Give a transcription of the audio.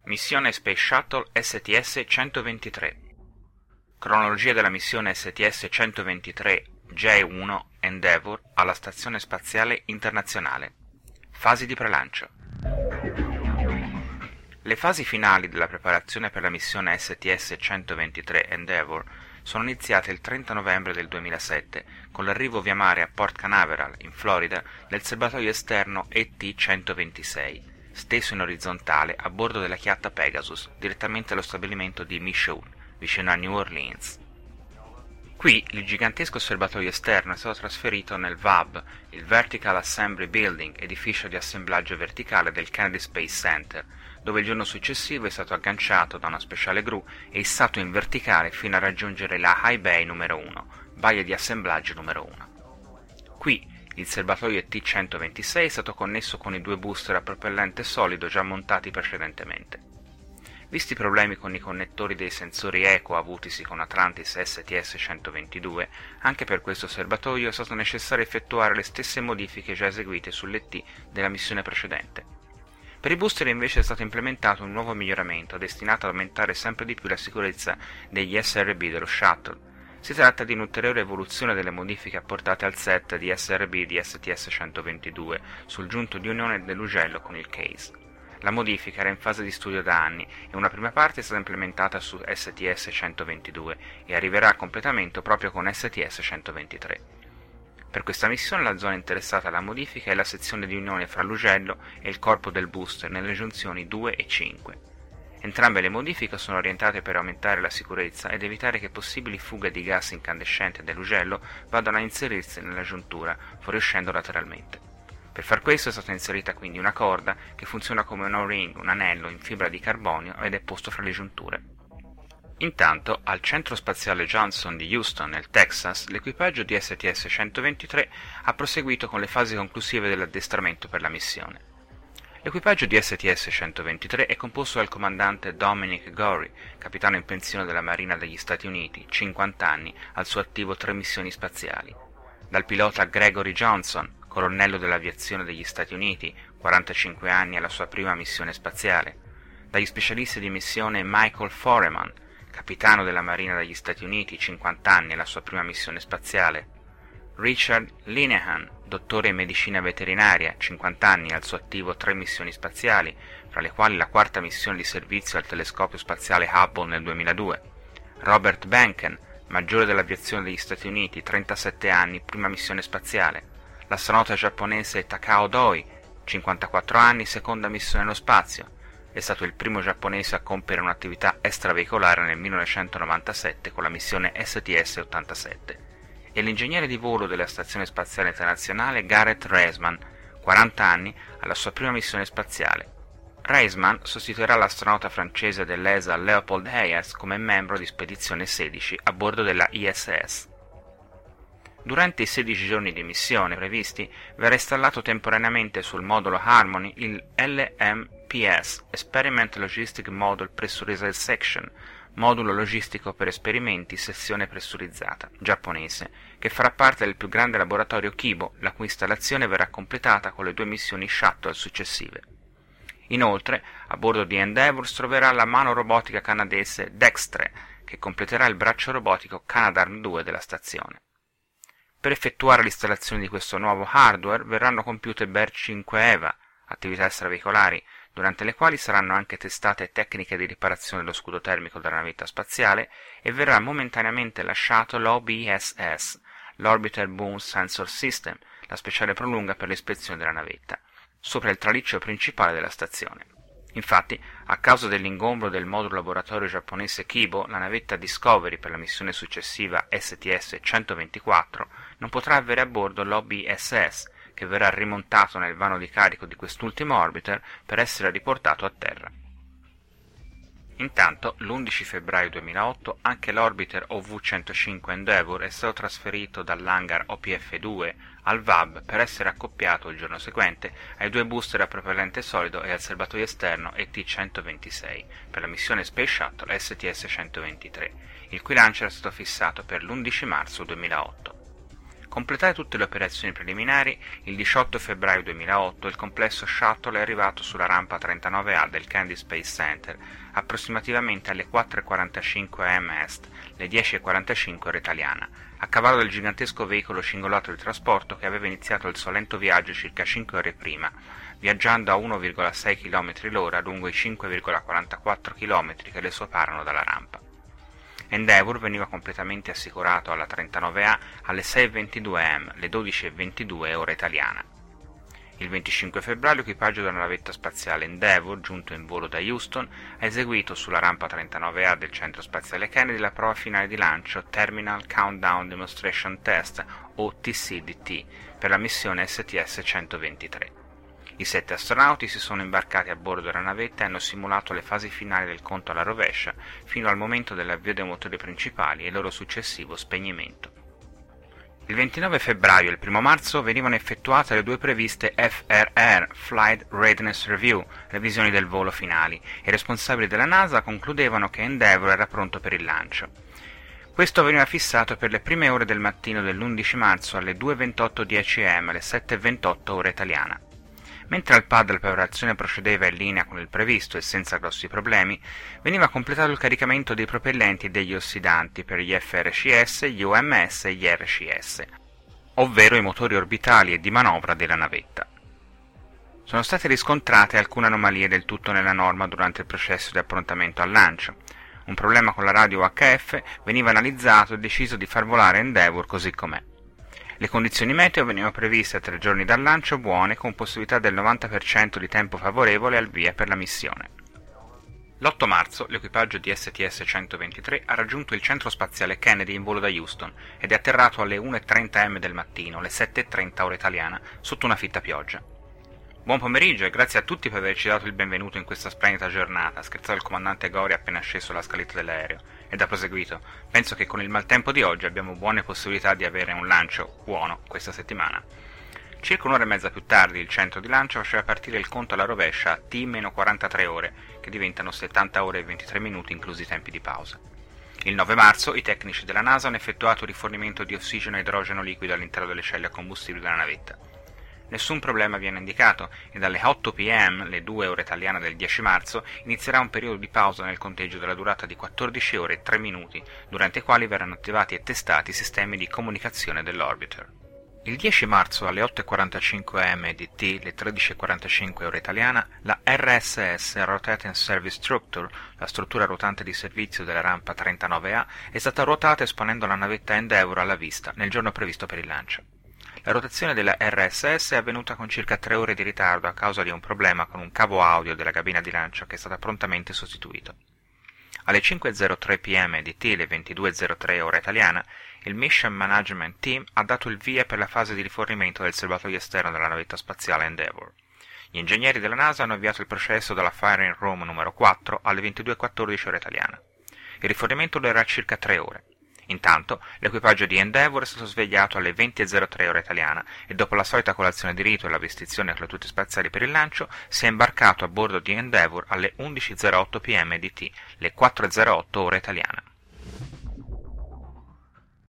Missione Space Shuttle STS-123. Cronologia della missione STS-123 J-1 Endeavour alla Stazione Spaziale Internazionale. Fasi di prelancio. Le fasi finali della preparazione per la missione STS-123 Endeavour sono iniziate il 30 novembre del 2007 con l'arrivo via mare a Port Canaveral, in Florida, del serbatoio esterno ET-126, steso in orizzontale a bordo della chiatta Pegasus, direttamente allo stabilimento di Michoud, vicino a New Orleans. Qui il gigantesco serbatoio esterno è stato trasferito nel VAB, il Vertical Assembly Building, edificio di assemblaggio verticale del Kennedy Space Center, dove il giorno successivo è stato agganciato da una speciale gru e issato in verticale fino a raggiungere la High Bay numero 1, baia di assemblaggio numero 1. Qui il serbatoio ET-126 è stato connesso con i due booster a propellente solido già montati precedentemente. Visti i problemi con i connettori dei sensori eco avutisi con Atlantis STS-122, anche per questo serbatoio è stato necessario effettuare le stesse modifiche già eseguite sull'ET della missione precedente. Per i booster invece è stato implementato un nuovo miglioramento destinato ad aumentare sempre di più la sicurezza degli SRB dello shuttle. Si tratta di un'ulteriore evoluzione delle modifiche apportate al set di SRB di STS-122 sul giunto di unione dell'ugello con il case. La modifica era in fase di studio da anni e una prima parte è stata implementata su STS-122 e arriverà a completamento proprio con STS-123. Per questa missione la zona interessata alla modifica è la sezione di unione fra l'ugello e il corpo del booster nelle giunzioni 2 e 5. Entrambe le modifiche sono orientate per aumentare la sicurezza ed evitare che possibili fughe di gas incandescente dell'ugello vadano a inserirsi nella giuntura, fuoriuscendo lateralmente. Per far questo è stata inserita quindi una corda che funziona come un O-ring, un anello in fibra di carbonio ed è posto fra le giunture. Intanto, al centro spaziale Johnson di Houston, nel Texas, l'equipaggio di STS-123 ha proseguito con le fasi conclusive dell'addestramento per la missione. L'equipaggio di STS-123 è composto dal comandante Dominic Gorey, capitano in pensione della Marina degli Stati Uniti, 50 anni, al suo attivo 3 missioni spaziali, dal pilota Gregory Johnson, colonnello dell'aviazione degli Stati Uniti, 45 anni alla sua prima missione spaziale, dagli specialisti di missione Michael Foreman, capitano della Marina degli Stati Uniti, 50 anni alla sua prima missione spaziale, Richard Linehan, dottore in medicina veterinaria, 50 anni, al suo attivo 3 missioni spaziali, fra le quali la quarta missione di servizio al telescopio spaziale Hubble nel 2002, Robert Benken, maggiore dell'aviazione degli Stati Uniti, 37 anni, prima missione spaziale, l'astronauta giapponese Takao Doi, 54 anni, seconda missione nello spazio. È stato il primo giapponese a compiere un'attività extraveicolare nel 1997 con la missione STS-87. E l'ingegnere di volo della Stazione Spaziale Internazionale Gareth Reisman, 40 anni, alla sua prima missione spaziale. Reisman sostituirà l'astronauta francese dell'ESA Leopold Hayes come membro di Spedizione 16 a bordo della ISS. Durante i 16 giorni di missione previsti verrà installato temporaneamente sul modulo Harmony il LMPS, Experiment Logistic Module Pressurized Section, modulo logistico per esperimenti sezione pressurizzata, giapponese, che farà parte del più grande laboratorio Kibo, la cui installazione verrà completata con le 2 missioni Shuttle successive. Inoltre, a bordo di Endeavour si troverà la mano robotica canadese Dextre, che completerà il braccio robotico Canadarm2 della stazione. Per effettuare l'installazione di questo nuovo hardware verranno compiute ben 5 EVA, attività extraveicolari, durante le quali saranno anche testate tecniche di riparazione dello scudo termico della navetta spaziale e verrà momentaneamente lasciato l'OBSS, l'Orbiter Boom Sensor System, la speciale prolunga per l'ispezione della navetta, sopra il traliccio principale della stazione. Infatti, a causa dell'ingombro del modulo laboratorio giapponese Kibo, la navetta Discovery per la missione successiva STS-124 non potrà avere a bordo l'OBSS, che verrà rimontato nel vano di carico di quest'ultimo orbiter per essere riportato a terra. Intanto, l'11 febbraio 2008, anche l'orbiter OV-105 Endeavour è stato trasferito dall'hangar OPF-2 al VAB per essere accoppiato il giorno seguente ai 2 booster a propellente solido e al serbatoio esterno ET-126 per la missione Space Shuttle STS-123, il cui lancio era stato fissato per l'11 marzo 2008. completate tutte le operazioni preliminari, il 18 febbraio 2008 il complesso Shuttle è arrivato sulla rampa 39A del Kennedy Space Center, approssimativamente alle 4:45 am est, le 10:45 ora italiana, a cavallo del gigantesco veicolo cingolato di trasporto che aveva iniziato il suo lento viaggio circa 5 ore prima, viaggiando a 1,6 km l'ora lungo i 5,44 km che le separano dalla rampa. Endeavour veniva completamente assicurato alla 39A alle 6:22 am, le 12:22 ora italiana. Il 25 febbraio l'equipaggio della navetta spaziale Endeavour, giunto in volo da Houston, ha eseguito sulla rampa 39A del centro spaziale Kennedy la prova finale di lancio Terminal Countdown Demonstration Test, o TCDT, per la missione STS-123. I 7 astronauti si sono imbarcati a bordo della navetta e hanno simulato le fasi finali del conto alla rovescia fino al momento dell'avvio dei motori principali e il loro successivo spegnimento. Il 29 febbraio e il 1 marzo venivano effettuate le due previste FRR, Flight Readiness Review, revisioni del volo finali, e i responsabili della NASA concludevano che Endeavour era pronto per il lancio. Questo veniva fissato per le prime ore del mattino dell'11 marzo alle 2:28:10 am, alle 7:28 ora italiana. Mentre al pad la preparazione procedeva in linea con il previsto e senza grossi problemi, veniva completato il caricamento dei propellenti e degli ossidanti per gli FRCS, gli UMS e gli RCS, ovvero i motori orbitali e di manovra della navetta. Sono state riscontrate alcune anomalie del tutto nella norma durante il processo di approntamento al lancio. Un problema con la radio UHF veniva analizzato e deciso di far volare Endeavour così com'è. Le condizioni meteo venivano previste a 3 giorni dal lancio buone, con possibilità del 90% di tempo favorevole al via per la missione. L'8 marzo l'equipaggio di STS-123 ha raggiunto il centro spaziale Kennedy in volo da Houston ed è atterrato alle 1:30 am del mattino, le 7:30 ora italiana, sotto una fitta pioggia. Buon pomeriggio e grazie a tutti per averci dato il benvenuto in questa splendida giornata, ha scherzato il comandante Gori appena sceso la scaletta dell'aereo, ed ha proseguito: penso che con il maltempo di oggi abbiamo buone possibilità di avere un lancio buono questa settimana. Circa un'ora e mezza più tardi il centro di lancio faceva partire il conto alla rovescia a T-43 ore, che diventano 70 ore e 23 minuti inclusi i tempi di pausa. Il 9 marzo i tecnici della NASA hanno effettuato il rifornimento di ossigeno e idrogeno liquido all'interno delle celle a combustibile della navetta. Nessun problema viene indicato e dalle 8 pm, le 2 ore italiane del 10 marzo, inizierà un periodo di pausa nel conteggio della durata di 14 ore e 3 minuti, durante i quali verranno attivati e testati i sistemi di comunicazione dell'orbiter. Il 10 marzo alle 8:45 am EDT, le 13:45 ora italiana, la RSS, Rotating Service Structure, la struttura ruotante di servizio della rampa 39A, è stata ruotata esponendo la navetta Endeavour alla vista nel giorno previsto per il lancio. La rotazione della RSS è avvenuta con circa 3 ore di ritardo a causa di un problema con un cavo audio della cabina di lancio che è stato prontamente sostituito. Alle 5:03 pm EDT, le 22:03 ora italiana, il Mission Management Team ha dato il via per la fase di rifornimento del serbatoio esterno della navetta spaziale Endeavour. Gli ingegneri della NASA hanno avviato il processo dalla Firing Room numero 4 alle 22:14 ora italiana. Il rifornimento durerà circa 3 ore. Intanto, l'equipaggio di Endeavour è stato svegliato alle 20:03 ora italiana e dopo la solita colazione di rito e la vestizione con le tute spaziali per il lancio, si è imbarcato a bordo di Endeavour alle 11:08 pm EDT, le 4:08 ora italiana.